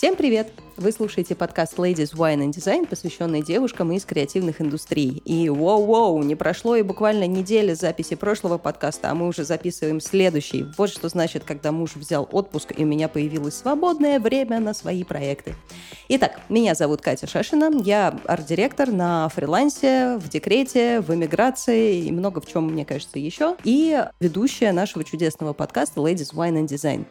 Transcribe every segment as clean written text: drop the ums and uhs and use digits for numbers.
Всем привет! Вы слушаете подкаст Ladies Wine and Design, посвященный девушкам из креативных индустрий. И воу-воу, не прошло и буквально недели записи прошлого подкаста, а мы уже записываем следующий. Вот что значит, когда муж взял отпуск, и у меня появилось свободное время на свои проекты. Итак, меня зовут Катя Шашина, я арт-директор на фрилансе, в декрете, в эмиграции и много в чем, мне кажется, еще. И ведущая нашего чудесного подкаста Ladies Wine and Design.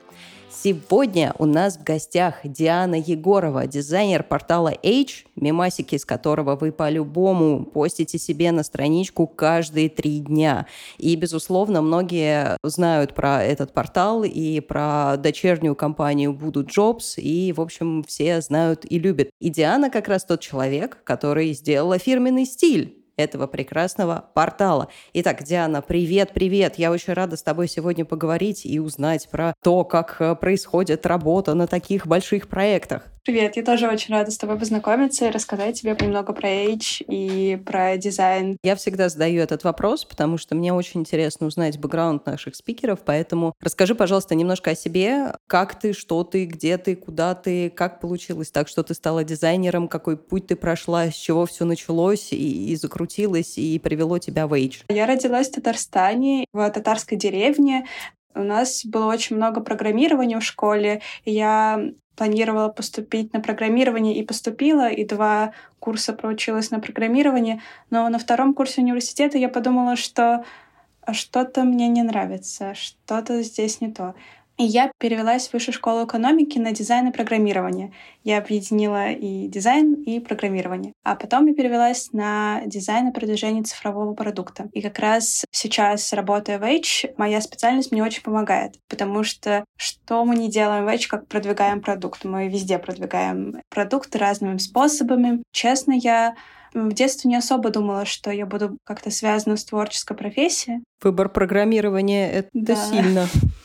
Сегодня у нас в гостях Диана Егорова, дизайнер портала H, мемасики из которого вы по-любому постите себе на страничку каждые 3 дня. И, безусловно, многие знают про этот портал и про дочернюю компанию Voodoo Jobs, и, в общем, все знают и любят. И Диана как раз тот человек, который сделала фирменный стиль этого прекрасного портала. Итак, Диана, привет-привет! Я очень рада с тобой сегодня поговорить и узнать про то, как происходит работа на таких больших проектах. Привет, я тоже очень рада с тобой познакомиться и рассказать тебе немного про H и про дизайн. Я всегда задаю этот вопрос, потому что мне очень интересно узнать бэкграунд наших спикеров, поэтому расскажи, пожалуйста, немножко о себе. Как ты, что ты, где ты, куда ты, как получилось так, что ты стала дизайнером, какой путь ты прошла, с чего все началось и закрутилось, и привело тебя в H? Я родилась в Татарстане, в татарской деревне. У нас было очень много программирования в школе, и я планировала поступить на программирование и поступила, и 2 курса проучилась на программирование, но на 2-м курсе университета я подумала, что что-то мне не нравится, что-то здесь не то. И я перевелась в Высшую школу экономики на дизайн и программирование. Я объединила и дизайн, и программирование. А потом я перевелась на дизайн и продвижение цифрового продукта. И как раз сейчас, работая в H, моя специальность мне очень помогает. Потому что мы не делаем в H, как продвигаем продукт. Мы везде продвигаем продукты разными способами. Честно, я в детстве не особо думала, что я буду как-то связана с творческой профессией. Выбор программирования — это сильно.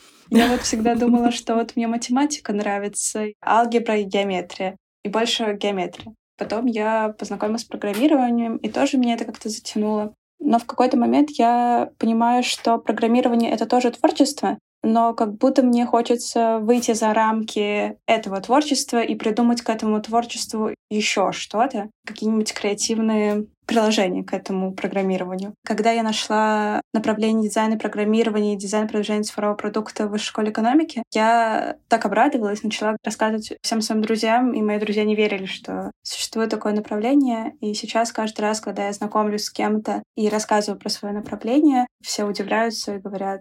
Я всегда думала, что мне математика нравится, алгебра и геометрия, и больше геометрия. Потом я познакомилась с программированием, и тоже меня это как-то затянуло. Но в какой-то момент я понимаю, что программирование — это тоже творчество, но как будто мне хочется выйти за рамки этого творчества и придумать к этому творчеству еще что-то, какие-нибудь креативные приложения к этому программированию. Когда я нашла направление дизайна и программирования и дизайн продвижения цифрового продукта в Высшей школе экономики, я так обрадовалась, начала рассказывать всем своим друзьям, и мои друзья не верили, что существует такое направление. И сейчас каждый раз, когда я знакомлюсь с кем-то и рассказываю про свое направление, все удивляются и говорят: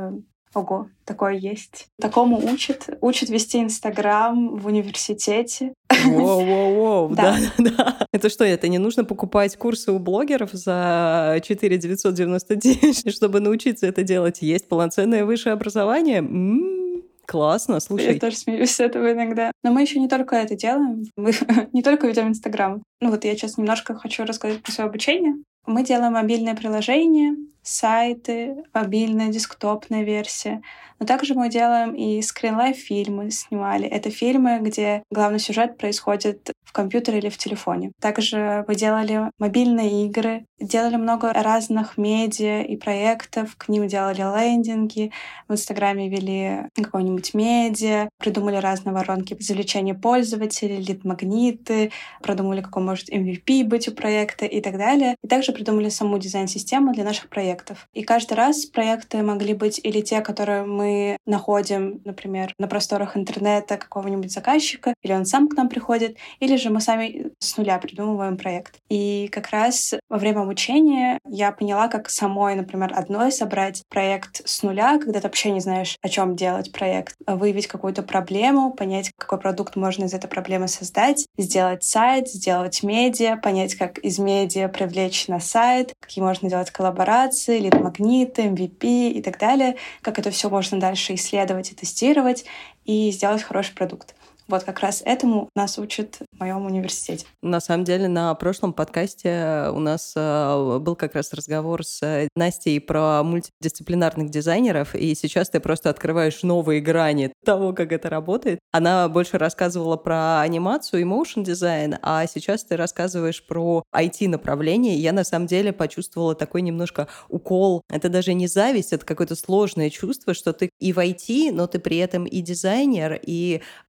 ого, такое есть. Такому учат вести Инстаграм в университете. Воу-воу-воу, да. Это что, это не нужно покупать курсы у блогеров за 4 999, чтобы научиться это делать? Есть полноценное высшее образование? Классно, слушай. Я тоже смеюсь с этого иногда. Но мы еще не только это делаем, мы не только ведем Инстаграм. Я сейчас немножко хочу рассказать про свое обучение. Мы делаем мобильное приложение, сайты, мобильная, десктопная версия. Но также мы делаем и скринлайф-фильмы снимали. Это фильмы, где главный сюжет происходит в компьютере или в телефоне. Также мы делали мобильные игры, делали много разных медиа и проектов, к ним делали лендинги, в Инстаграме вели какое-нибудь медиа, придумали разные воронки извлечения пользователей, лид-магниты, продумали, какой может MVP быть у проекта и так далее. И также придумали саму дизайн-систему для наших проектов. И каждый раз проекты могли быть или те, которые мы находим, например, на просторах интернета какого-нибудь заказчика, или он сам к нам приходит, или же мы сами с нуля придумываем проект. И как раз во время обучения я поняла, как самой, например, одной собрать проект с нуля, когда ты вообще не знаешь, о чем делать проект, выявить какую-то проблему, понять, какой продукт можно из этой проблемы создать, сделать сайт, сделать медиа, понять, как из медиа привлечь на сайт, какие можно делать коллаборации, лид-магниты, MVP и так далее, как это все можно дальше исследовать и тестировать и сделать хороший продукт. Вот как раз этому нас учат в моем университете. На самом деле, на прошлом подкасте у нас был как раз разговор с Настей про мультидисциплинарных дизайнеров, и сейчас ты просто открываешь новые грани того, как это работает. Она больше рассказывала про анимацию и моушн дизайн, а сейчас ты рассказываешь про IT-направление. Я на самом деле почувствовала такой немножко укол. Это даже не зависть, это какое-то сложное чувство, что ты и в IT, но ты при этом и дизайнер, и много можешь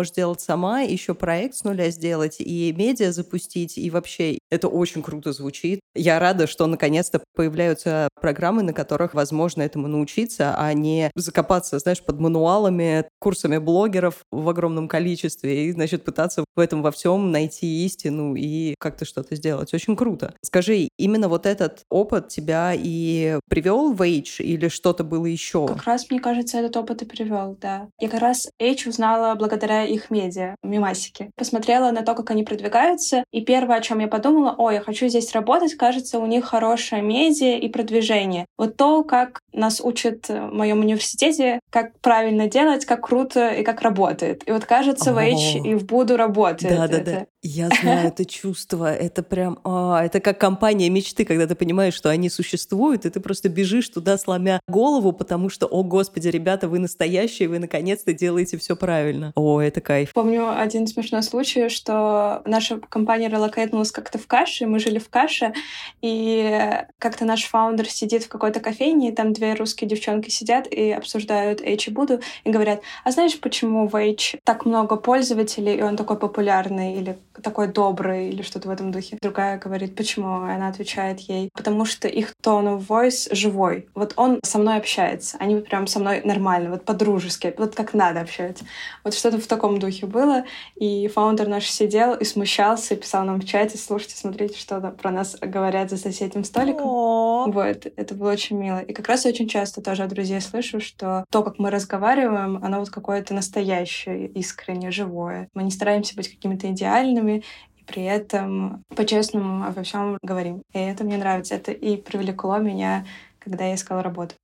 можешь делать сама, еще проект с нуля сделать, и медиа запустить, и вообще это очень круто звучит. Я рада, что наконец-то появляются программы, на которых возможно этому научиться, а не закопаться, знаешь, под мануалами, курсами блогеров в огромном количестве и, значит, пытаться в этом во всем найти истину и как-то что-то сделать. Очень круто. Скажи, именно вот этот опыт тебя и привел в Age или что-то было еще? Как раз, мне кажется, этот опыт и привел, да. Я как раз Age узнала благодаря их медиа, мемасики. Посмотрела на то, как они продвигаются, и первое, о чем я подумала, я хочу здесь работать, кажется, у них хорошая медиа и продвижение. Вот то, как нас учат в моем университете, как правильно делать, как круто и как работает. И вот кажется, в Age и в Буду работает. Да. Я знаю это чувство. Это прям... это как компания мечты, когда ты понимаешь, что они существуют, и ты просто бежишь туда, сломя голову, потому что, о господи, ребята, вы настоящие, вы наконец-то делаете все правильно. Это кайф. Помню один смешной случай, что наша компания релокейтнулась как-то в Каше, мы жили в Каше, и как-то наш фаундер сидит в какой-то кофейне, и там две русские девчонки сидят и обсуждают Age и Буду, и говорят, а знаешь, почему в Age так много пользователей, и он такой популярный, или такой добрый, или что-то в этом духе? Другая говорит, почему? И она отвечает ей, потому что их tone of voice живой. Вот он со мной общается, они вот прям со мной нормально, вот по-дружески, вот как надо общаются. Вот что-то в таком духе было, и фаундер наш сидел и смущался, и писал нам в чате, слушайте, смотрите, что про нас говорят за соседним столиком. Вот, это было очень мило. И как раз очень часто тоже от друзей слышу, что то, как мы разговариваем, оно вот какое-то настоящее, искреннее, живое. Мы не стараемся быть какими-то идеальными, и при этом по-честному обо всем говорим. И это мне нравится. Это и привлекло меня, когда я искала работу.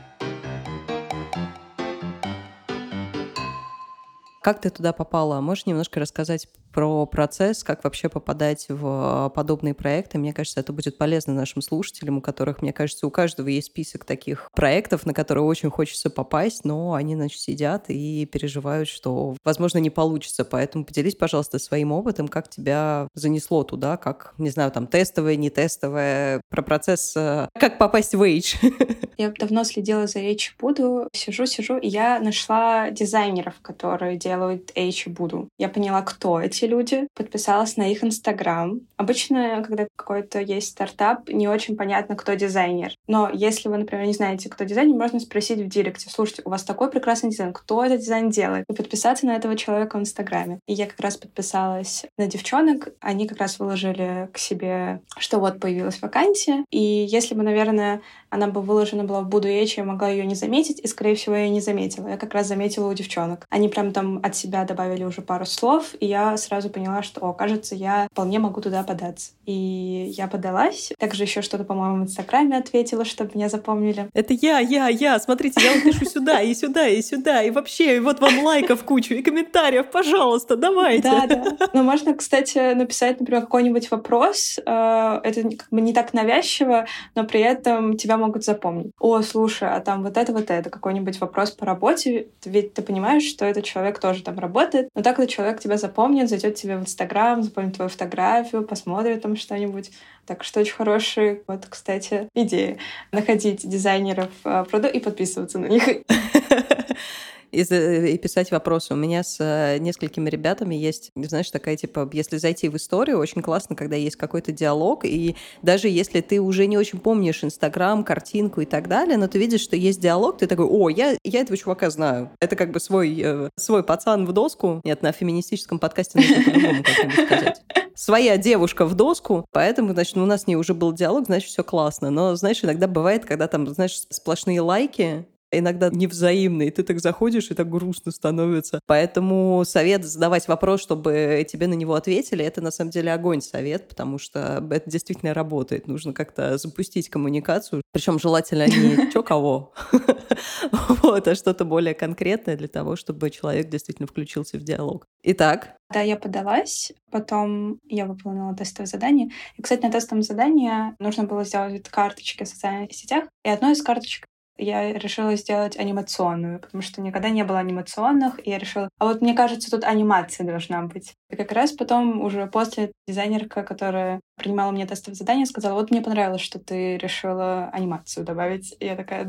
Как ты туда попала? Можешь немножко рассказать про процесс, как вообще попадать в подобные проекты? Мне кажется, это будет полезно нашим слушателям, у которых, мне кажется, у каждого есть список таких проектов, на которые очень хочется попасть, но они, значит, сидят и переживают, что, возможно, не получится. Поэтому поделись, пожалуйста, своим опытом, как тебя занесло туда, как, не знаю, там, тестовое, не тестовое, про процесс, как попасть в Age. Я давно следила за Age и Буду, сижу, и я нашла дизайнеров, которые делают Age и Буду. Я поняла, кто эти люди, подписалась на их Инстаграм. Обычно, когда какой-то есть стартап, не очень понятно, кто дизайнер. Но если вы, например, не знаете, кто дизайнер, можно спросить в директе, слушайте, у вас такой прекрасный дизайн, кто этот дизайн делает? И подписаться на этого человека в Инстаграме. И я как раз подписалась на девчонок, они как раз выложили к себе, что вот появилась вакансия. И если бы, наверное, она бы выложена была в Буду Age, я могла ее не заметить, и, скорее всего, я не заметила. Я как раз заметила у девчонок. Они прям там от себя добавили уже пару слов, и я сразу поняла, что, кажется, я вполне могу туда податься. И я подалась. Также еще что-то, по-моему, в Инстаграме ответила, чтобы меня запомнили. Это я. Смотрите, я вот пишу сюда, и сюда, и сюда, и вообще, и вот вам лайков кучу, и комментариев, пожалуйста, давайте. Да. Но можно, кстати, написать, например, какой-нибудь вопрос. Это как бы не так навязчиво, но при этом тебя могут запомнить. Слушай, а там вот это, какой-нибудь вопрос по работе, ведь ты понимаешь, что этот человек тоже там работает, но так этот человек тебя запомнит, зайдет тебе в Инстаграм, запомнит твою фотографию, посмотрит там что-нибудь. Так что очень хорошая, вот, кстати, идея. Находить дизайнеров и подписываться на них. И писать вопросы. У меня с несколькими ребятами есть, знаешь, такая, типа, если зайти в историю, очень классно, когда есть какой-то диалог, и даже если ты уже не очень помнишь Инстаграм, картинку и так далее, но ты видишь, что есть диалог, ты такой, я этого чувака знаю. Это как бы свой пацан в доску. Нет, на феминистическом подкасте нужно по-другому как-нибудь сказать. Своя девушка в доску, поэтому, значит, у нас с ней уже был диалог, значит, все классно. Но, знаешь, иногда бывает, когда там, знаешь, сплошные лайки, иногда невзаимные, ты так заходишь, и так грустно становится. Поэтому совет задавать вопрос, чтобы тебе на него ответили, это на самом деле огонь совет, потому что это действительно работает. Нужно как-то запустить коммуникацию, причем желательно не чё кого, а что-то более конкретное для того, чтобы человек действительно включился в диалог. Итак. Да, я подалась, потом я выполнила тестовое задание. И, кстати, на тестовом задании нужно было сделать карточки в социальных сетях, и одной из карточек я решила сделать анимационную, потому что никогда не было анимационных, и я решила, мне кажется, тут анимация должна быть. И как раз потом уже после дизайнерка, которая принимала мне тестовое задание, сказала, мне понравилось, что ты решила анимацию добавить. И я такая, да,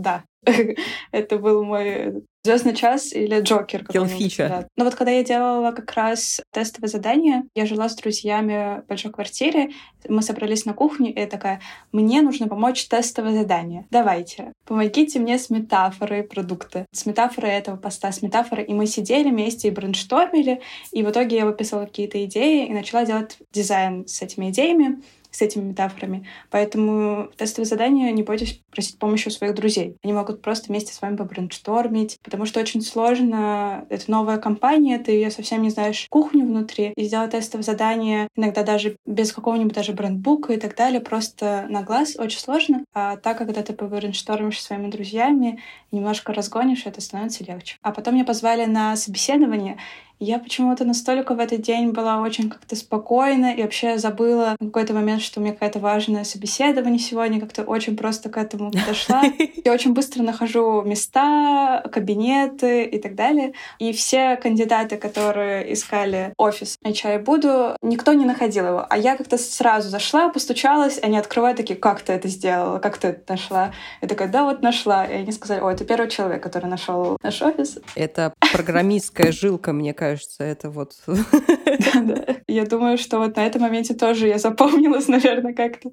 Это был мой звездный час или Джокер какой-нибудь. Да. Но вот когда я делала как раз тестовое задание, я жила с друзьями в большой квартире, мы собрались на кухне, и я такая: мне нужно помочь тестовое задание. Давайте, помогите мне с метафорой продукта, с метафорой этого поста, с метафорой. И мы сидели вместе и брейнштормили, и в итоге я выписала какие-то идеи и начала делать дизайн с этими идеями, с этими метафорами. Поэтому в тестовые задания не бойтесь просить помощи у своих друзей. Они могут просто вместе с вами побрейнштормить, потому что очень сложно. Это новая компания, ты ее совсем не знаешь кухню внутри. И сделать тестовое задание иногда даже без какого-нибудь даже брендбука и так далее, просто на глаз очень сложно. А так, когда ты побрейнштормишь со своими друзьями, немножко разгонишь, это становится легче. А потом меня позвали на собеседование. Я почему-то настолько в этот день была очень как-то спокойна и вообще забыла в какой-то момент, что у меня какое-то важное собеседование сегодня, как-то очень просто к этому подошла. Я очень быстро нахожу места, кабинеты и так далее. И все кандидаты, которые искали офис HR Буду, никто не находил его. А я как-то сразу зашла, постучалась, они открывают, такие: как ты это сделала, как ты это нашла? Я такая: да, вот нашла. И они сказали: о, это первый человек, который нашел наш офис. Это программистская жилка, мне кажется, это вот... Да. Я думаю, что вот на этом моменте тоже я запомнилась, наверное, как-то.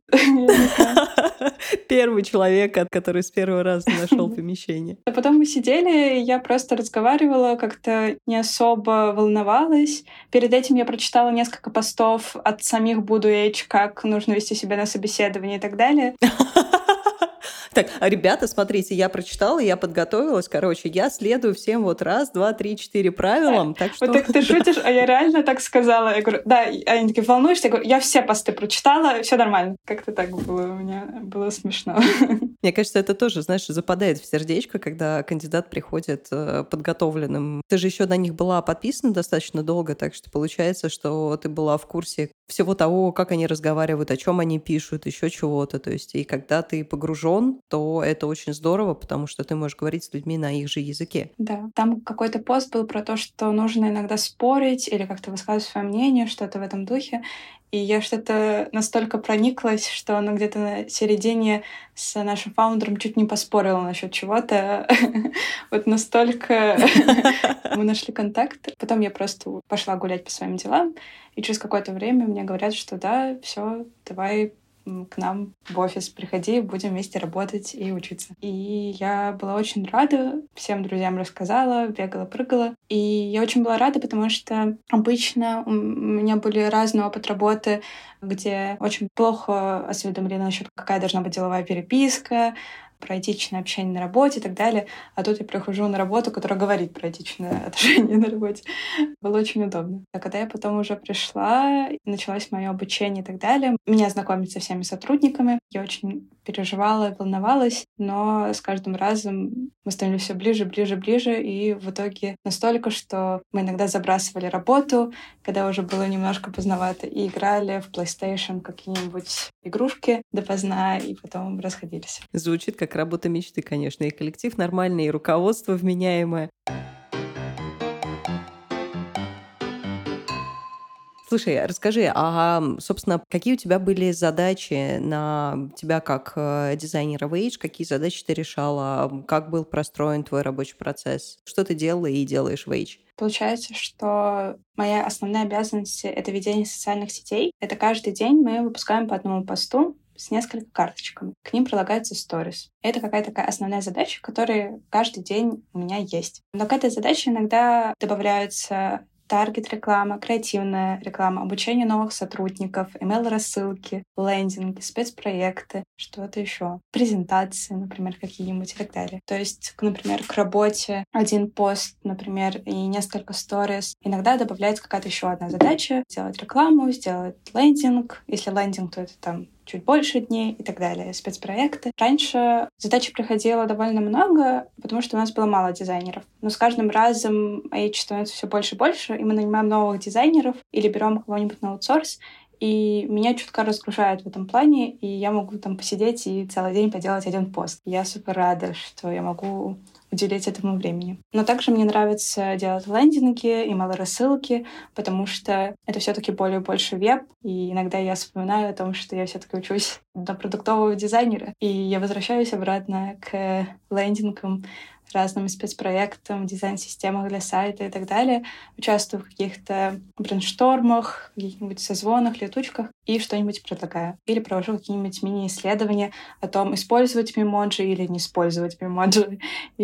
Первый человек, который с первого раза нашел помещение. А потом мы сидели, и я просто разговаривала, как-то не особо волновалась. Перед этим я прочитала несколько постов от самих Budu-H, как нужно вести себя на собеседовании и так далее. Так, ребята, смотрите, я прочитала, я подготовилась. Короче, я следую всем вот 1, 2, 3, 4 правилам. Так что... Вот так ты шутишь, а я реально так сказала. Я говорю: да, они такие: волнуешься? Я говорю: я все посты прочитала, все нормально. Как-то так было у меня, было смешно. Мне кажется, это тоже, знаешь, западает в сердечко, когда кандидат приходит подготовленным. Ты же еще на них была подписана достаточно долго, так что получается, что ты была в курсе всего того, как они разговаривают, о чем они пишут, еще чего-то. То есть, и когда ты погружен, то это очень здорово, потому что ты можешь говорить с людьми на их же языке. Да, там какой-то пост был про то, что нужно иногда спорить или как-то высказывать свое мнение, что-то в этом духе. И я что-то настолько прониклась, что она где-то на середине с нашим фаундером чуть не поспорила насчет чего-то. Вот настолько мы нашли контакт. Потом я просто пошла гулять по своим делам, и через какое-то время мне говорят, что да, все, давай к нам в офис приходи, будем вместе работать и учиться. И я была очень рада, всем друзьям рассказала, бегала, прыгала. И я очень была рада, потому что обычно у меня были разные опыт работы, где очень плохо осведомлены насчет, какая должна быть деловая переписка, про этичное общение на работе и так далее. А тут я прихожу на работу, которая говорит про этичное отношение на работе. Было очень удобно. А когда я потом уже пришла, началось мое обучение и так далее, меня знакомить со всеми сотрудниками, я очень переживала и волновалась, но с каждым разом мы становились все ближе, ближе, ближе, и в итоге настолько, что мы иногда забрасывали работу, когда уже было немножко поздновато, и играли в PlayStation какие-нибудь игрушки допоздна, и потом расходились. Звучит как работа мечты, конечно, и коллектив нормальный, и руководство вменяемое. Слушай, расскажи, собственно, какие у тебя были задачи на тебя как дизайнера в Age? Какие задачи ты решала? Как был простроен твой рабочий процесс? Что ты делала и делаешь в Age? Получается, что моя основная обязанность — это ведение социальных сетей. Это каждый день мы выпускаем по одному посту с несколькими карточками. К ним прилагается сторис. Это какая-то такая основная задача, которая каждый день у меня есть. Но к этой задаче иногда добавляются таргет-реклама, креативная реклама, обучение новых сотрудников, email-рассылки, лендинги, спецпроекты, что-то еще, презентации, например, какие-нибудь и так далее. То есть, например, к работе один пост, например, и несколько сторис. Иногда добавляется какая-то еще одна задача: сделать рекламу, сделать лендинг. Если лендинг, то это там чуть больше дней и так далее, спецпроекты. Раньше задач приходило довольно много, потому что у нас было мало дизайнеров. Но с каждым разом Age становится все больше и больше, и мы нанимаем новых дизайнеров или берем кого-нибудь на аутсорс. И меня чутка разгружает в этом плане, и я могу там посидеть и целый день поделать один пост. Я супер рада, что я могу уделить этому времени. Но также мне нравится делать лендинги, email-рассылки, потому что это все-таки более больше веб, и иногда я вспоминаю о том, что я все-таки учусь на продуктового дизайнера, и я возвращаюсь обратно к лендингам, разным спецпроектам, дизайн-системах для сайта и так далее. Участвую в каких-то брейнштормах, каких-нибудь созвонах, летучках и что-нибудь предлагаю. Или провожу какие-нибудь мини-исследования о том, использовать мемоджи или не использовать мемоджи,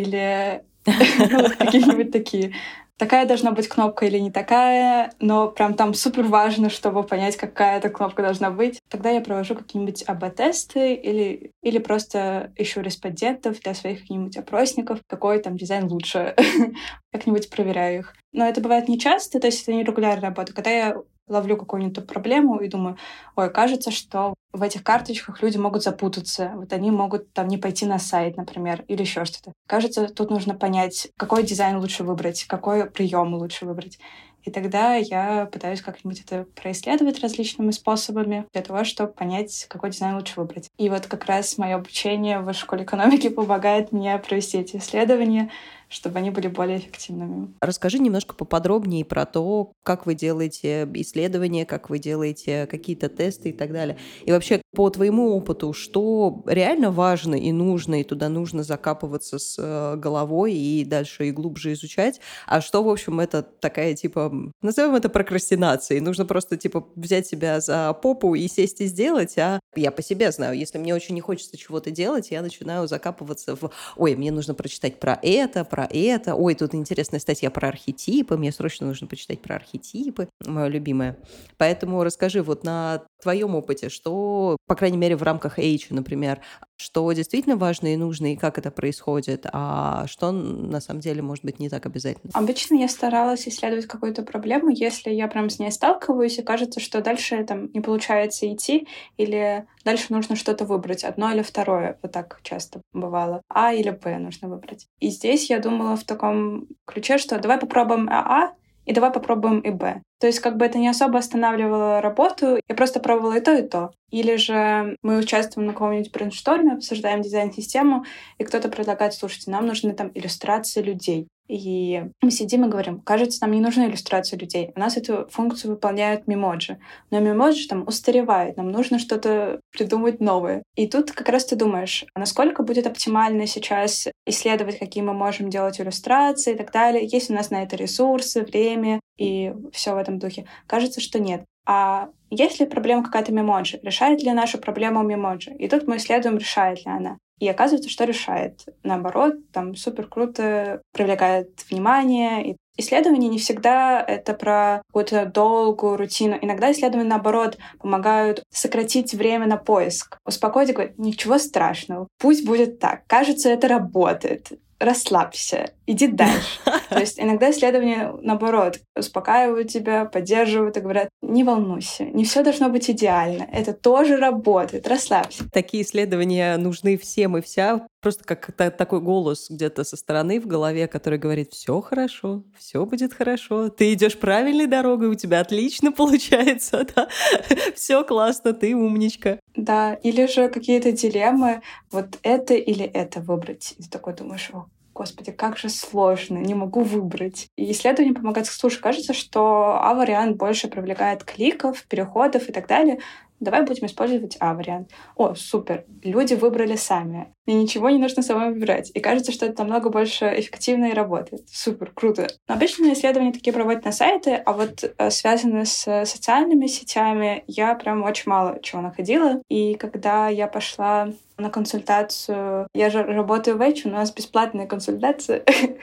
или какие-нибудь такие. Такая должна быть кнопка или не такая, но прям там супер важно, чтобы понять, какая эта кнопка должна быть. Тогда я провожу какие-нибудь АБ-тесты или просто ищу респондентов для своих каких-нибудь опросников, какой там дизайн лучше. Как-нибудь проверяю их. Но это бывает не часто, то есть это не регулярная работа. Когда я ловлю какую-нибудь проблему и думаю, ой, кажется, что в этих карточках люди могут запутаться. Вот они могут там не пойти на сайт, например, или еще что-то. Кажется, тут нужно понять, какой дизайн лучше выбрать, какой прием лучше выбрать. И тогда я пытаюсь как-нибудь это происследовать различными способами для того, чтобы понять, какой дизайн лучше выбрать. И вот как раз мое обучение в Высшей школе экономики помогает мне провести эти исследования, чтобы они были более эффективными. Расскажи немножко поподробнее про то, как вы делаете исследования, как вы делаете какие-то тесты и так далее. И вообще, по твоему опыту, что реально важно и нужно, и туда нужно закапываться с головой и дальше и глубже изучать, а что, в общем, это такая, типа, назовем это прокрастинацией. Нужно просто, типа, взять себя за попу и сесть и сделать, а я по себе знаю, если мне очень не хочется чего-то делать, я начинаю закапываться в «Ой, мне нужно прочитать про это, ой, тут интересная статья про архетипы, мне срочно нужно почитать про архетипы», мое любимое. Поэтому расскажи вот на твоем опыте, что, по крайней мере, в рамках H, например, что действительно важно и нужно, и как это происходит, а что на самом деле может быть не так обязательно. Обычно я старалась исследовать какую-то проблему, если я прям с ней сталкиваюсь, и кажется, что дальше там не получается идти, или дальше нужно что-то выбрать, одно или второе. Вот так часто бывало. А или Б нужно выбрать. И здесь я думала в таком ключе, что давай попробуем А, и давай попробуем и Б. То есть как бы это не особо останавливало работу, я просто пробовала и то, и то. Или же мы участвуем на каком-нибудь брейншторме, обсуждаем дизайн-систему, и кто-то предлагает, слушайте, нам нужны там иллюстрации людей. И мы сидим и говорим, кажется, нам не нужны иллюстрации людей. У нас эту функцию выполняют мемоджи. Но мемоджи там устаревает, нам нужно что-то придумать новое. И тут как раз ты думаешь, а насколько будет оптимально сейчас исследовать, какие мы можем делать иллюстрации и так далее. Есть у нас на это ресурсы, время и все в этом духе. Кажется, что нет. А есть ли проблема какая-то мемоджи? Решает ли нашу проблему мемоджи? И тут мы исследуем, решает ли она. И оказывается, что решает. Наоборот, там супер круто привлекает внимание. И исследования не всегда это про какую-то долгую рутину. Иногда исследования, наоборот, помогают сократить время на поиск. Успокоить и говорить, ничего страшного, пусть будет так. Кажется, это работает. Расслабься, иди дальше. То есть иногда исследования, наоборот, успокаивают тебя, поддерживают и говорят, не волнуйся, не все должно быть идеально, это тоже работает, расслабься. Такие исследования нужны всем и вся, просто как такой голос где-то со стороны в голове, который говорит, все хорошо, все будет хорошо, ты идешь правильной дорогой, у тебя отлично получается, да? Все классно, ты умничка. Да, или же какие-то дилеммы, вот это или это выбрать. И ты такой думаешь, о, Господи, как же сложно, не могу выбрать. И исследование помогает. Слушай, кажется, что А-вариант больше привлекает кликов, переходов и так далее. Давай будем использовать А-вариант. О, супер, люди выбрали сами. И ничего не нужно самой выбирать. И кажется, что это намного больше эффективно и работает. Супер, круто. Но обычно исследования такие проводят на сайты, а вот связанные с социальными сетями я прям очень мало чего находила. И когда я пошла на консультацию, я же работаю в H, у нас бесплатная консультация.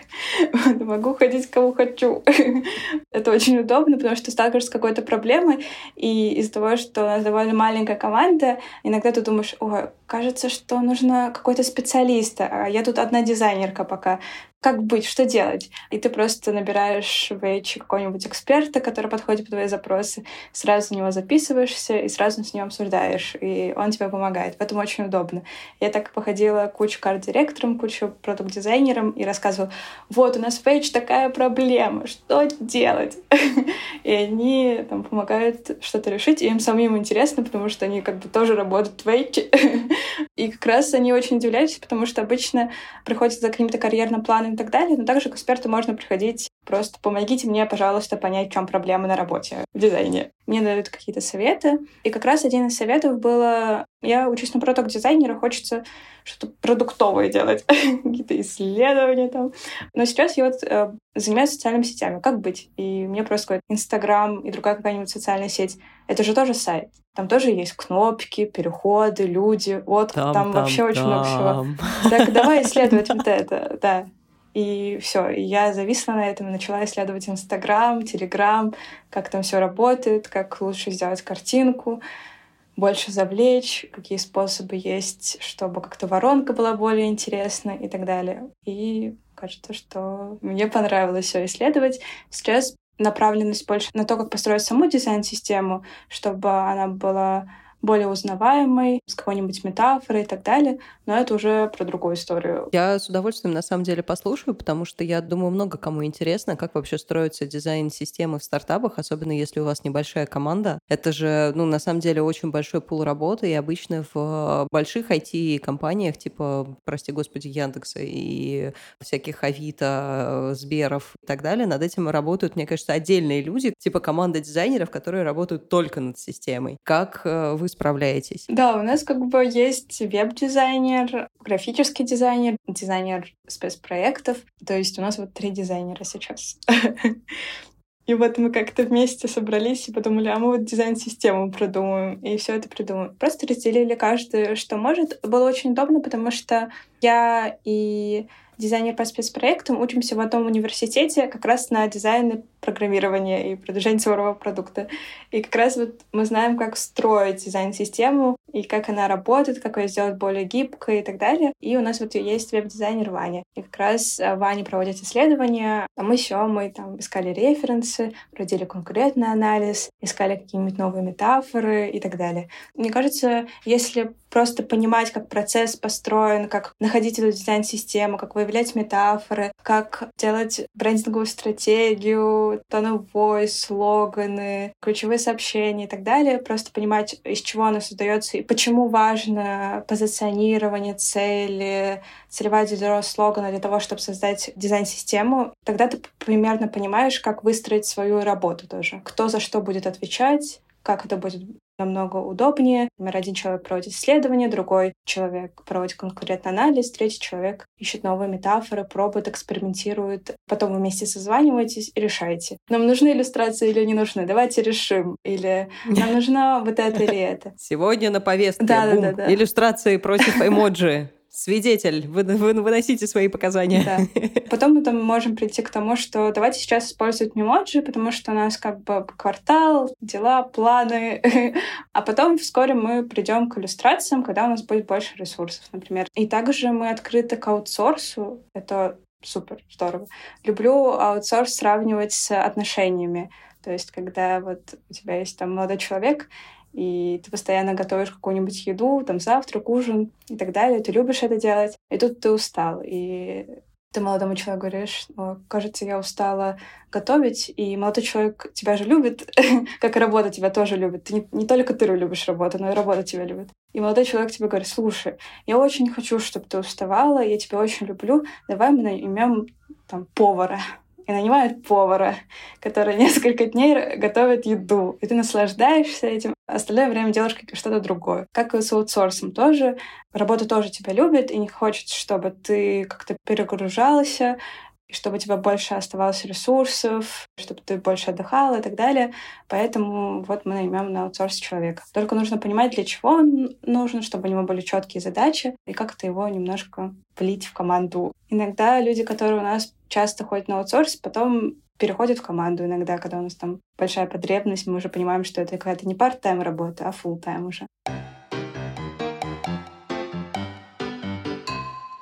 Могу ходить к кому хочу. Это очень удобно, потому что сталкиваешься с какой-то проблемой, и из-за того, что у нас довольно маленькая команда, иногда ты думаешь, ой, кажется, что нужно какой-то специалист, а я тут одна дизайнерка пока. как быть, что делать? И ты просто набираешь в H какого-нибудь эксперта, который подходит под твои запросы, сразу на него записываешься и сразу с ним обсуждаешь, и он тебе помогает. В этом очень удобно. Я так походила кучу карт-директорам, кучу продукт-дизайнерам и рассказывала: вот, у нас в H такая проблема, что делать? И они там помогают что-то решить, и им самим интересно, потому что они как бы тоже работают в H. И как раз они очень удивляются, потому что обычно приходят за каким-то карьерным планом и так далее, но также к эксперту можно приходить просто: помогите мне, пожалуйста, понять, в чем проблема на работе, в дизайне. Мне дают какие-то советы. И как раз один из советов было: я учусь на продукт-дизайнера, хочется что-то продуктовое делать, какие-то исследования там. Но сейчас я вот занимаюсь социальными сетями. Как быть? И мне просто говорят: Инстаграм и другая какая-нибудь социальная сеть — это же тоже сайт. Там тоже есть кнопки, переходы, люди, отклик, там вообще очень много всего. Так давай исследовать вот это, да. И все, и я зависла на этом и начала исследовать Инстаграм, Телеграм, как там все работает, как лучше сделать картинку, больше завлечь, какие способы есть, чтобы как-то воронка была более интересной и так далее. И кажется, что мне понравилось все исследовать. Сейчас направленность больше на то, как построить саму дизайн-систему, чтобы она была более узнаваемой, с какой-нибудь метафорой и так далее, но это уже про другую историю. Я с удовольствием, на самом деле, послушаю, потому что я думаю, много кому интересно, как вообще строится дизайн-системы в стартапах, особенно если у вас небольшая команда. Это же, ну, на самом деле, очень большой пул работы, и обычно в больших IT-компаниях, типа, прости господи, Яндекса и всяких Авито, Сберов и так далее, над этим работают, мне кажется, отдельные люди, типа команда дизайнеров, которые работают только над системой. Как вы справляетесь? Да, у нас как бы есть веб-дизайнер, графический дизайнер, дизайнер спецпроектов. То есть у нас вот 3 дизайнера сейчас. И вот мы как-то вместе собрались и подумали: а мы вот дизайн-систему продумаем, и все это придумаем. Просто разделили каждый, что может. Было очень удобно, потому что я и дизайнер по спецпроектам учимся в одном университете как раз на дизайн и программирование и продвижение цифрового продукта. И как раз вот мы знаем, как строить дизайн-систему и как она работает, как ее сделать более гибкой и так далее. И у нас вот есть веб-дизайнер Ваня. И как раз Ваня проводит исследования, а мы с Сёмой там искали референсы, проводили конкурентный анализ, искали какие-нибудь новые метафоры и так далее. Мне кажется, если просто понимать, как процесс построен, как находить эту дизайн-систему, как выявлять метафоры, как делать брендинговую стратегию, tone of voice, слоганы, ключевые сообщения и так далее, просто понимать, из чего оно создается и почему важно позиционирование, цели, целевая аудитория слогана для того, чтобы создать дизайн-систему, тогда ты примерно понимаешь, как выстроить свою работу тоже. Кто за что будет отвечать, как это будет намного удобнее. Например, один человек проводит исследование, другой человек проводит конкурентный анализ, третий человек ищет новые метафоры, пробует, экспериментирует. Потом вы вместе созваниваетесь и решаете: нам нужны иллюстрации или не нужны? Давайте решим. Или нам нужно вот это или это. Сегодня на повестке Да. иллюстрации против эмоджи. Свидетель, вы выносите свои показания. Да. Потом мы там можем прийти к тому, что давайте сейчас использовать мемоджи, потому что у нас как бы квартал, дела, планы. А потом вскоре мы придем к иллюстрациям, когда у нас будет больше ресурсов, например. И также мы открыты к аутсорсу. Это супер здорово. Люблю аутсорс сравнивать с отношениями. То есть когда вот у тебя есть там молодой человек, и ты постоянно готовишь какую-нибудь еду, там завтрак, ужин и так далее, ты любишь это делать, и тут ты устал, и ты молодому человеку говоришь: кажется, я устала готовить, и молодой человек тебя же любит, как и работа тебя тоже любит. Ты не только ты любишь работу, но и работа тебя любит. И молодой человек тебе говорит: слушай, я очень хочу, чтобы ты уставала, я тебя очень люблю, давай мы наймем там повара. И нанимают повара, который несколько дней готовит еду. И ты наслаждаешься этим, а остальное время делаешь что-то другое. Как и с аутсорсом тоже. Работа тоже тебя любит и не хочет, чтобы ты как-то перегружался, и чтобы у тебя больше оставалось ресурсов, чтобы ты больше отдыхала и так далее. Поэтому вот мы наймем на аутсорс человека. Только нужно понимать, для чего он нужен, чтобы у него были четкие задачи, и как-то его немножко влить в команду. Иногда люди, которые у нас часто ходят на аутсорс, потом переходят в команду иногда, когда у нас там большая потребность, мы уже понимаем, что это какая-то не part-time работа, а full-time уже.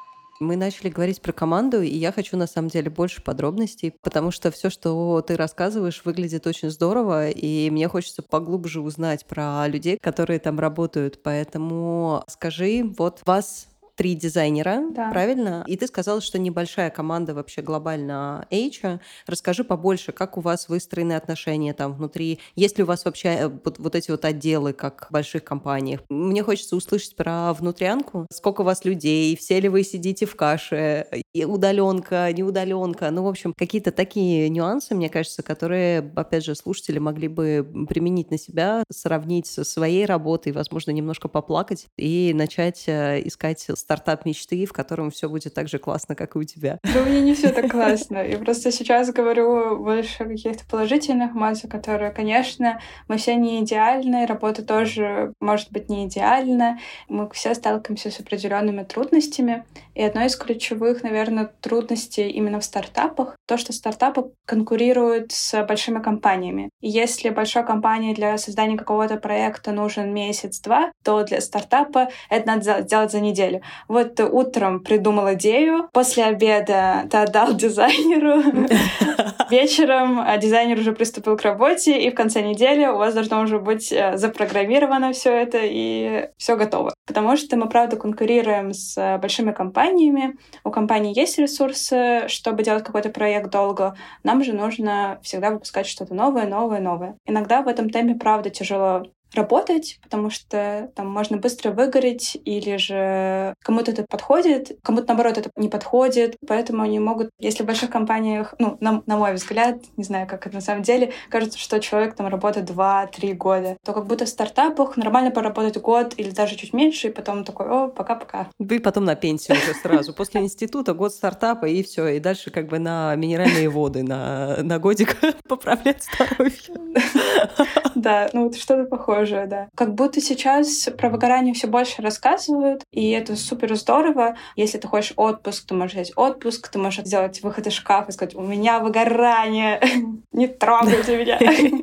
Мы начали говорить про команду, и я хочу на самом деле больше подробностей, потому что все, что ты рассказываешь, выглядит очень здорово, и мне хочется поглубже узнать про людей, которые там работают. Поэтому скажи, вот вас 3 дизайнера, Да. правильно? И ты сказала, что небольшая команда вообще глобально H. Расскажи побольше, как у вас выстроены отношения там внутри? Есть ли у вас вообще вот эти вот отделы, как в больших компаниях? Мне хочется услышать про внутрянку. Сколько у вас людей? Все ли вы сидите в каше? И удаленка, не удаленка? Ну, в общем, какие-то такие нюансы, мне кажется, которые, опять же, слушатели могли бы применить на себя, сравнить со своей работой, возможно, немножко поплакать и начать искать стартап мечты, в котором все будет так же классно, как и у тебя. Да у меня не все так классно. Я просто сейчас говорю больше о каких-то положительных эмоциях, которые, конечно, мы все не идеальны, работа тоже может быть не идеальна. Мы все сталкиваемся с определенными трудностями. И одной из ключевых, наверное, трудностей именно в стартапах то, что стартапы конкурируют с большими компаниями. И если большой компании для создания какого-то проекта нужен месяц-два, то для стартапа это надо сделать за неделю. Вот ты утром придумал идею, после обеда ты отдал дизайнеру, вечером дизайнер уже приступил к работе, и в конце недели у вас должно уже быть запрограммировано все это, и все готово. Потому что мы, правда, конкурируем с большими компаниями. У компании есть ресурсы, чтобы делать какой-то проект долго. Нам же нужно всегда выпускать что-то новое, новое, новое. Иногда в этом темпе, правда, тяжело работать, потому что там можно быстро выгореть, или же кому-то это подходит, кому-то, наоборот, это не подходит, поэтому они могут, если в больших компаниях, ну, на мой взгляд, не знаю, как это на самом деле, кажется, что человек там работает 2-3 года, то как будто в стартапах нормально поработать год или даже чуть меньше, и потом такой, о, пока-пока. Вы потом на пенсию уже сразу. После института год стартапа, и все, и дальше как бы на минеральные воды, на годик поправлять здоровье. Да, ну вот что-то похожее, да. Как будто сейчас про выгорание все больше рассказывают, и это супер здорово. Если ты хочешь отпуск, ты можешь взять отпуск, ты можешь сделать выход из шкафа и сказать, у меня выгорание, не трогайте меня.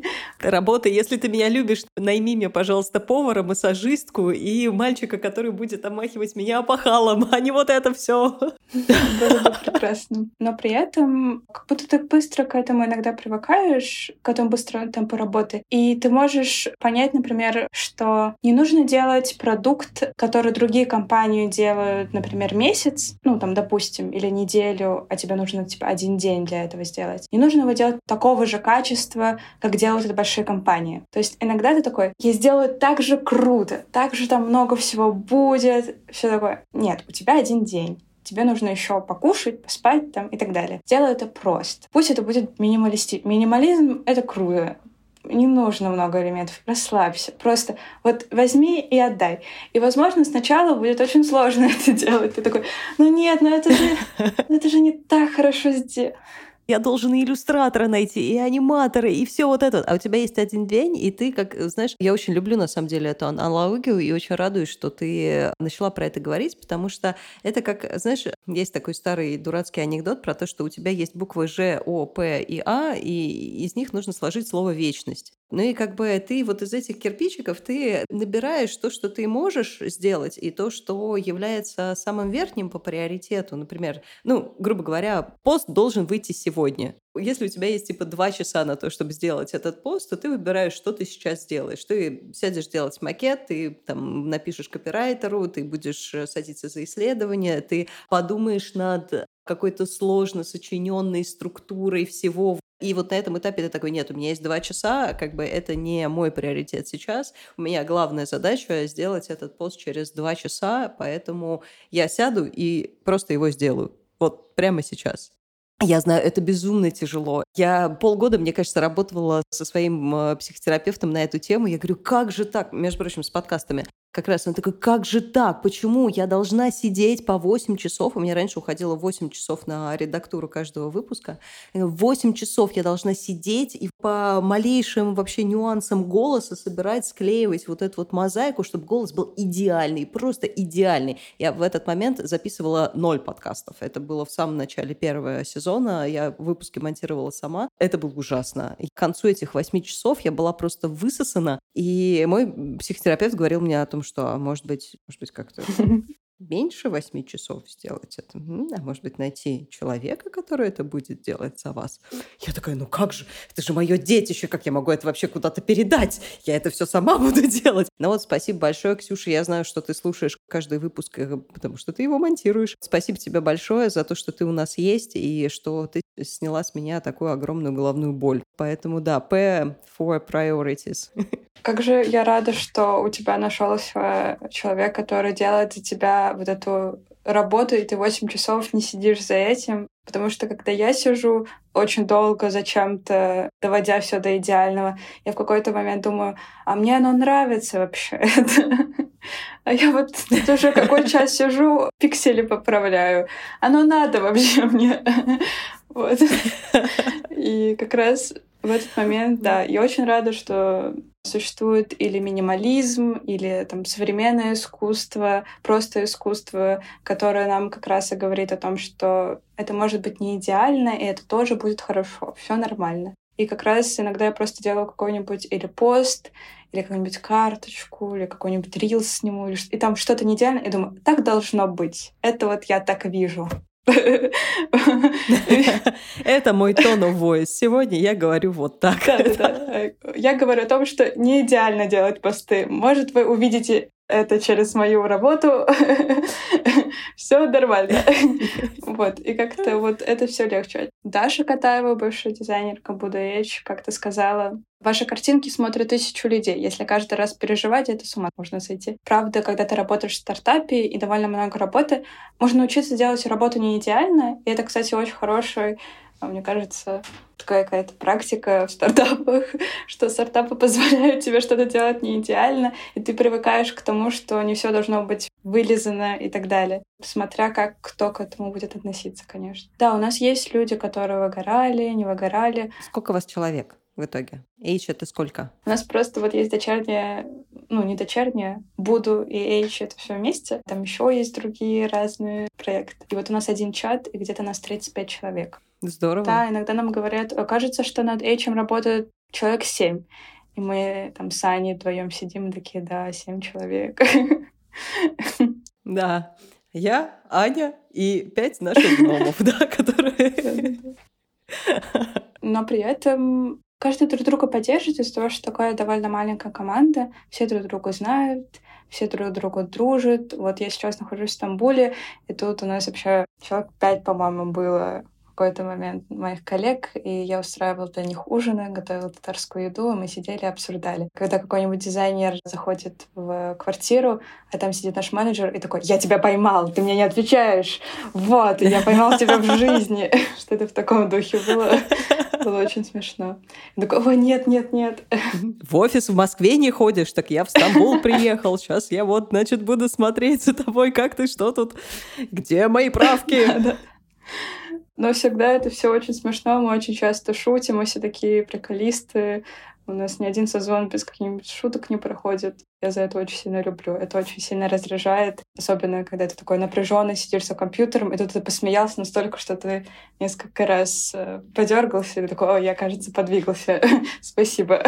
Работа, если ты меня любишь, найми мне, пожалуйста, повара, массажистку и мальчика, который будет обмахивать меня опахалом, а не вот это все. Было бы прекрасно. Но при этом как будто ты быстро к этому иногда привыкаешь, к этому быстрому темпу работы. И ты можешь понять, например, что не нужно делать продукт, который другие компании делают, например, месяц, ну, там, допустим, или неделю, а тебе нужно, типа, 1 день для этого сделать. Не нужно его делать такого же качества, как делают это большие компании. То есть иногда ты такой, я сделаю так же круто, так же там много всего будет, все такое. Нет, у тебя 1 день. Тебе нужно еще покушать, поспать там и так далее. Делай это просто. Пусть это будет минимализм — это круто. Не нужно много элементов. Расслабься. Просто вот возьми и отдай. И, возможно, сначала будет очень сложно это делать. Ты такой, ну нет, это же не так хорошо сделано. Я должен и иллюстратора найти, и аниматора, и все вот это. А у тебя есть 1 день, и ты, как, знаешь, я очень люблю, на самом деле, эту аналогию, и очень радуюсь, что ты начала про это говорить, потому что это как, знаешь, есть такой старый дурацкий анекдот про то, что у тебя есть буквы Ж, О, П и А, и из них нужно сложить слово «вечность». Ну и как бы ты вот из этих кирпичиков ты набираешь то, что ты можешь сделать, и то, что является самым верхним по приоритету. Например, ну, грубо говоря, пост должен выйти сегодня. Если у тебя есть типа 2 часа на то, чтобы сделать этот пост, то ты выбираешь, что ты сейчас делаешь. Ты сядешь делать макет, ты там напишешь копирайтеру, ты будешь садиться за исследование, ты подумаешь над какой-то сложно сочиненной структурой всего. И вот на этом этапе ты такой, нет, у меня есть 2 часа, как бы это не мой приоритет сейчас. У меня главная задача сделать этот пост через 2 часа, поэтому я сяду и просто его сделаю. Вот прямо сейчас. Я знаю, это безумно тяжело. Я полгода, мне кажется, работала со своим психотерапевтом на эту тему. Я говорю, как же так? Между прочим, с подкастами. Как раз он такой, как же так? Почему я должна сидеть по 8 часов? У меня раньше уходило 8 часов на редактуру каждого выпуска. 8 часов я должна сидеть и по малейшим вообще нюансам голоса собирать, склеивать вот эту вот мозаику, чтобы голос был идеальный, просто идеальный. Я в этот момент записывала 0 подкастов. Это было в самом начале 1-го сезона. Я выпуски монтировала сама. Это было ужасно. И к концу этих 8 часов я была просто высосана. И мой психотерапевт говорил мне о том, что, может быть, как-то меньше 8 часов сделать это. А может быть, найти человека, который это будет делать за вас. Я такая, ну как же, это же мое детище, как я могу это вообще куда-то передать? Я это все сама буду делать. Ну вот спасибо большое, Ксюша, я знаю, что ты слушаешь каждый выпуск, потому что ты его монтируешь. Спасибо тебе большое за то, что ты у нас есть, и что ты сняла с меня такую огромную головную боль. Поэтому да, P for priorities. Как же я рада, что у тебя нашелся человек, который делает за тебя вот эту работу, и ты 8 часов не сидишь за этим. Потому что когда я сижу очень долго за чем-то, доводя все до идеального, я в какой-то момент думаю, а мне оно нравится вообще это. А я вот уже какой час сижу, пиксели поправляю. Оно надо вообще мне. Вот. И как раз в этот момент, да, я очень рада, что существует или минимализм, или там современное искусство, просто искусство, которое нам как раз и говорит о том, что это может быть не идеально, и это тоже будет хорошо, все нормально. И как раз иногда я просто делаю какой-нибудь или пост, или какую-нибудь карточку, или какой-нибудь рилс сниму, и там что-то не идеально, и думаю, так должно быть. Это вот я так вижу. Это мой tone of voice. Сегодня я говорю вот так. Да. Я говорю о том, что не идеально делать посты. Может, вы увидите это через мою работу. Все нормально. Вот. И как-то вот это все легче. Даша Катаева, бывшая дизайнерка Buddha Edge, как-то сказала, ваши картинки смотрят 1000 людей. Если каждый раз переживать, это с ума можно сойти. Правда, когда ты работаешь в стартапе и довольно много работы, можно учиться делать работу не идеально. И это, кстати, очень хороший, мне кажется, такая какая-то практика в стартапах, что стартапы позволяют тебе что-то делать не идеально, и ты привыкаешь к тому, что не все должно быть вылизано и так далее. Смотря как кто к этому будет относиться, конечно. Да, у нас есть люди, которые выгорали, не выгорали. Сколько у вас человек в итоге? H — это сколько? У нас просто вот есть дочерняя, не дочерняя, Буду и H — это все вместе. Там еще есть другие разные проекты. И вот у нас один чат, и где-то нас 35 человек. Здорово. Да, иногда нам говорят, кажется, что над H работает человек 7. И мы там с Аней вдвоем сидим и такие, да, 7 человек. Да. Я, Аня и 5 наших гномов, да, которые... Но при этом каждый друг друга поддерживает из-за того, что такая довольно маленькая команда. Все друг друга знают, все друг другу дружат. Вот я сейчас нахожусь в Стамбуле, и тут у нас вообще человек 5, по-моему, было в какой-то момент моих коллег, и я устраивала для них ужины, готовила татарскую еду, и мы сидели и обсуждали. Когда какой-нибудь дизайнер заходит в квартиру, а там сидит наш менеджер и такой, я тебя поймал, ты мне не отвечаешь. Вот, я поймал тебя в жизни. Что-то в таком духе было. Было очень смешно. Я такой, о, нет. В офис в Москве не ходишь, так я в Стамбул приехал. Сейчас я вот, значит, буду смотреть за тобой, как ты, что тут, где мои правки. Но всегда это все очень смешно, мы очень часто шутим, мы все такие приколисты. У нас ни один созвон без каких-нибудь шуток не проходит. Я за это очень сильно люблю. Это очень сильно раздражает. Особенно, когда ты такой напряженный, сидишь за компьютером, и тут ты посмеялся настолько, что ты несколько раз подергался, и такой, о, я, кажется, подвигался. Спасибо.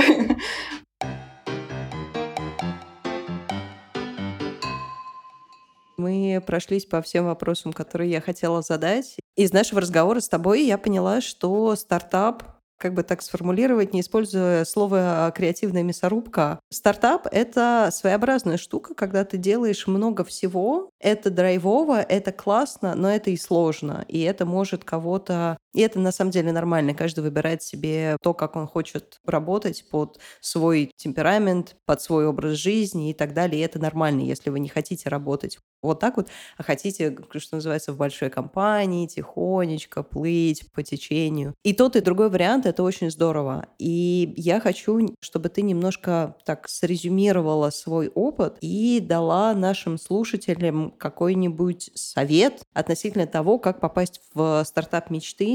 Мы прошлись по всем вопросам, которые я хотела задать. Из нашего разговора с тобой я поняла, что стартап, как бы так сформулировать, не используя слово «креативная мясорубка». Стартап — это своеобразная штука, когда ты делаешь много всего. Это драйвово, это классно, но это и сложно. И это может кого-то... И это на самом деле нормально. Каждый выбирает себе то, как он хочет работать под свой темперамент, под свой образ жизни и так далее. И это нормально, если вы не хотите работать вот так вот, а хотите, что называется, в большой компании, тихонечко плыть по течению. И тот, и другой вариант — это очень здорово. И я хочу, чтобы ты немножко так срезюмировала свой опыт и дала нашим слушателям какой-нибудь совет относительно того, как попасть в стартап мечты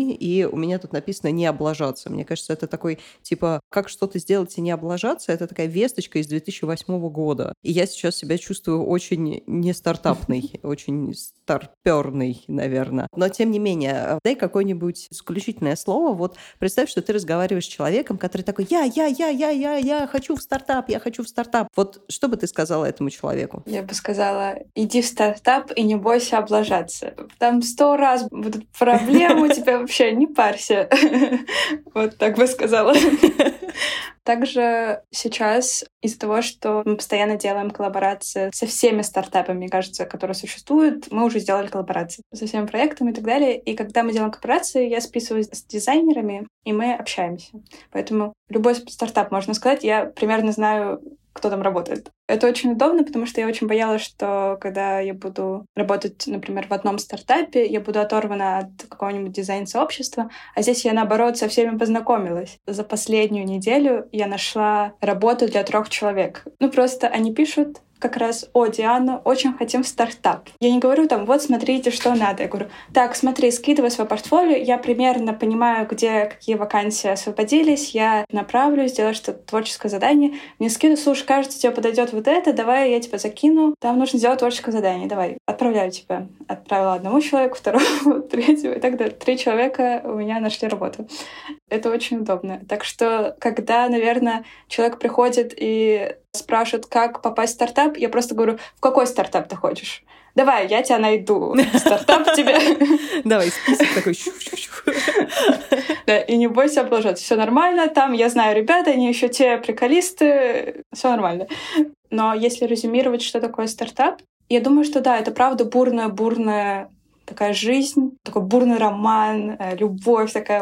стороны, и у меня тут написано «не облажаться». Мне кажется, это такой, типа, как что-то сделать и не облажаться, это такая весточка из 2008 года. И я сейчас себя чувствую очень не стартапной, очень старперной, наверное. Но, тем не менее, дай какое-нибудь исключительное слово. Вот представь, что ты разговариваешь с человеком, который такой я хочу в стартап, я хочу в стартап. Вот что бы ты сказала этому человеку? Я бы сказала, иди в стартап и не бойся облажаться. Там 100 раз будут проблемы, у тебя вообще не парься. Вот так бы сказала. Также сейчас из-за того, что мы постоянно делаем коллаборации со всеми стартапами, мне кажется, которые существуют, мы уже сделали коллаборации со всеми проектами и так далее. И когда мы делаем коллаборации, я списываюсь с дизайнерами, и мы общаемся. Поэтому любой стартап, можно сказать, я примерно знаю, кто там работает. Это очень удобно, потому что я очень боялась, что когда я буду работать, например, в одном стартапе, я буду оторвана от какого-нибудь дизайн-сообщества, а здесь я, наоборот, со всеми познакомилась. За последнюю неделю я нашла работу для 3 человек. Просто они пишут как раз: «О, Диана, очень хотим стартап». Я не говорю там: «Вот, смотрите, что надо». Я говорю: «Так, смотри, скидывай свое портфолио, я примерно понимаю, где какие вакансии освободились, я направлю, сделаю что-то творческое задание». Мне скидывают: «Слушай, кажется, тебе подойдет вот это, давай я тебя закину, там нужно сделать творческое задание, давай, отправляю тебя». Отправила 1 человеку, 2, 3 и так далее. 3 человека у меня нашли работу. Это очень удобно. Так что, когда, наверное, человек приходит и спрашивает, как попасть в стартап, я просто говорю: «В какой стартап ты хочешь? Давай, я тебя найду. Стартап тебе». Давай, список такой. Да, и не бойся облажаться. Все нормально. Там я знаю ребята, они еще те приколисты. Все нормально. Но если резюмировать, что такое стартап, я думаю, что да, это правда бурная такая жизнь, такой бурный роман, любовь такая,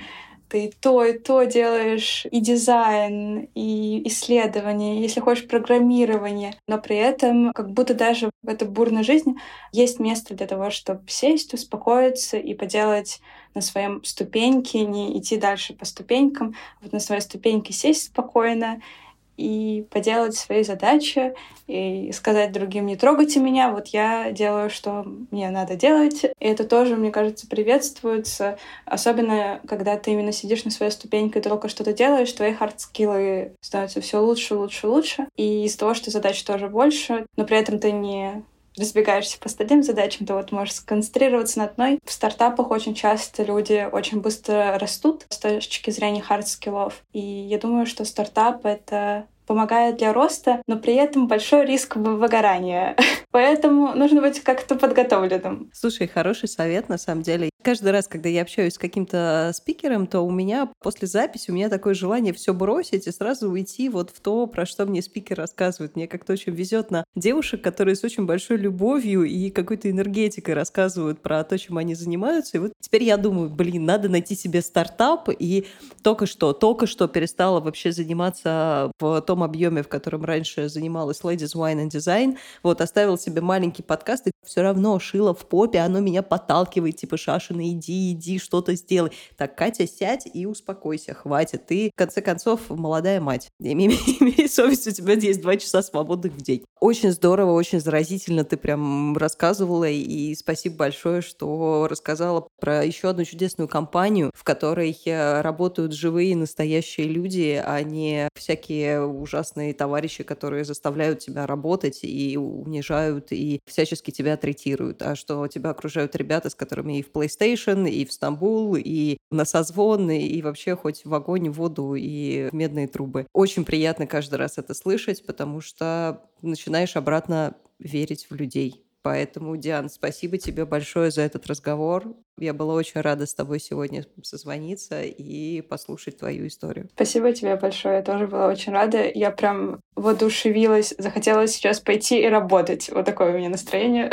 ты и то делаешь, и дизайн, и исследование, если хочешь, программирование. Но при этом как будто даже в этой бурной жизни есть место для того, чтобы сесть, успокоиться и поделать на своем ступеньке, не идти дальше по ступенькам, вот на своей ступеньке сесть спокойно и поделать свои задачи, и сказать другим: «Не трогайте меня, вот я делаю, что мне надо делать». И это тоже, мне кажется, приветствуется, особенно когда ты именно сидишь на своей ступеньке и только что-то делаешь, твои хардскиллы становятся все лучше, лучше, лучше. И из-за того, что задач тоже больше, но при этом ты не разбегаешься по остальным задачам, ты вот можешь сконцентрироваться на одной. В стартапах очень часто люди очень быстро растут с точки зрения хардскиллов. И я думаю, что стартап — это помогает для роста, но при этом большой риск выгорания. Поэтому нужно быть как-то подготовленным. Слушай, хороший совет, на самом деле. Каждый раз, когда я общаюсь с каким-то спикером, то у меня после записи такое желание все бросить и сразу уйти вот в то, про что мне спикер рассказывает. Мне как-то очень везет на девушек, которые с очень большой любовью и какой-то энергетикой рассказывают про то, чем они занимаются. И вот теперь я думаю, надо найти себе стартап. И только что перестала вообще заниматься в том объеме, в котором раньше занималась Ladies Wine and Design. Вот, оставила себе маленький подкаст, и все равно шило в попе, оно меня подталкивает, типа: «Шашина, иди, что-то сделай». Так, Катя, сядь и успокойся, хватит. Ты, в конце концов, молодая мать. Имей совесть, у тебя есть 2 часа свободных в день. Очень здорово, очень заразительно ты прям рассказывала, и спасибо большое, что рассказала про еще одну чудесную компанию, в которой работают живые, настоящие люди, а не всякие ужасные товарищи, которые заставляют тебя работать и унижают, и всячески тебя третируют, а что тебя окружают ребята, с которыми и в PlayStation, и в Стамбул, и на созвон, и вообще хоть в огонь, в воду и в медные трубы. Очень приятно каждый раз это слышать, потому что начинаешь обратно верить в людей. Поэтому, Диан, спасибо тебе большое за этот разговор. Я была очень рада с тобой сегодня созвониться и послушать твою историю. Спасибо тебе большое, я тоже была очень рада. Я прям воодушевилась, захотела сейчас пойти и работать. Вот такое у меня настроение.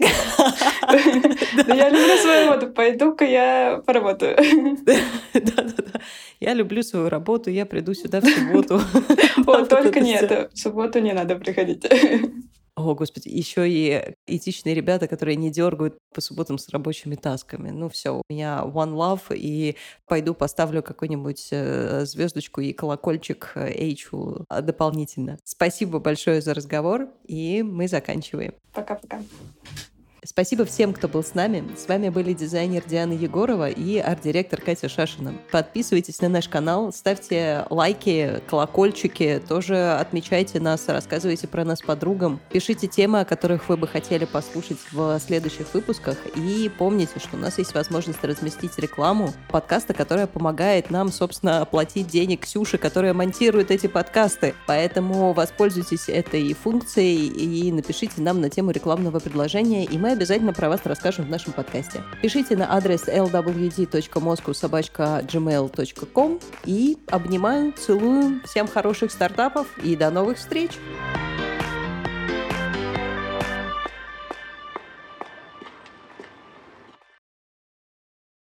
Я люблю свою работу, пойду-ка я поработаю. Да-да-да. Я люблю свою работу, я приду сюда в субботу. Только нет, в субботу не надо приходить. О, Господи, еще и этичные ребята, которые не дергают по субботам с рабочими тасками. Ну все, у меня one love, и пойду поставлю какую-нибудь звездочку и колокольчик Эйчу дополнительно. Спасибо большое за разговор, и мы заканчиваем. Пока-пока. Спасибо всем, кто был с нами. С вами были дизайнер Диана Егорова и арт-директор Катя Шашина. Подписывайтесь на наш канал, ставьте лайки, колокольчики, тоже отмечайте нас, рассказывайте про нас подругам, пишите темы, о которых вы бы хотели послушать в следующих выпусках, и помните, что у нас есть возможность разместить рекламу подкаста, которая помогает нам, собственно, оплатить денег Ксюши, которая монтирует эти подкасты. Поэтому воспользуйтесь этой функцией и напишите нам на тему рекламного предложения, и мы обязательно про вас расскажем в нашем подкасте. Пишите на адрес lwd.moscow@gmail.com, и обнимаю, целую, всем хороших стартапов и до новых встреч!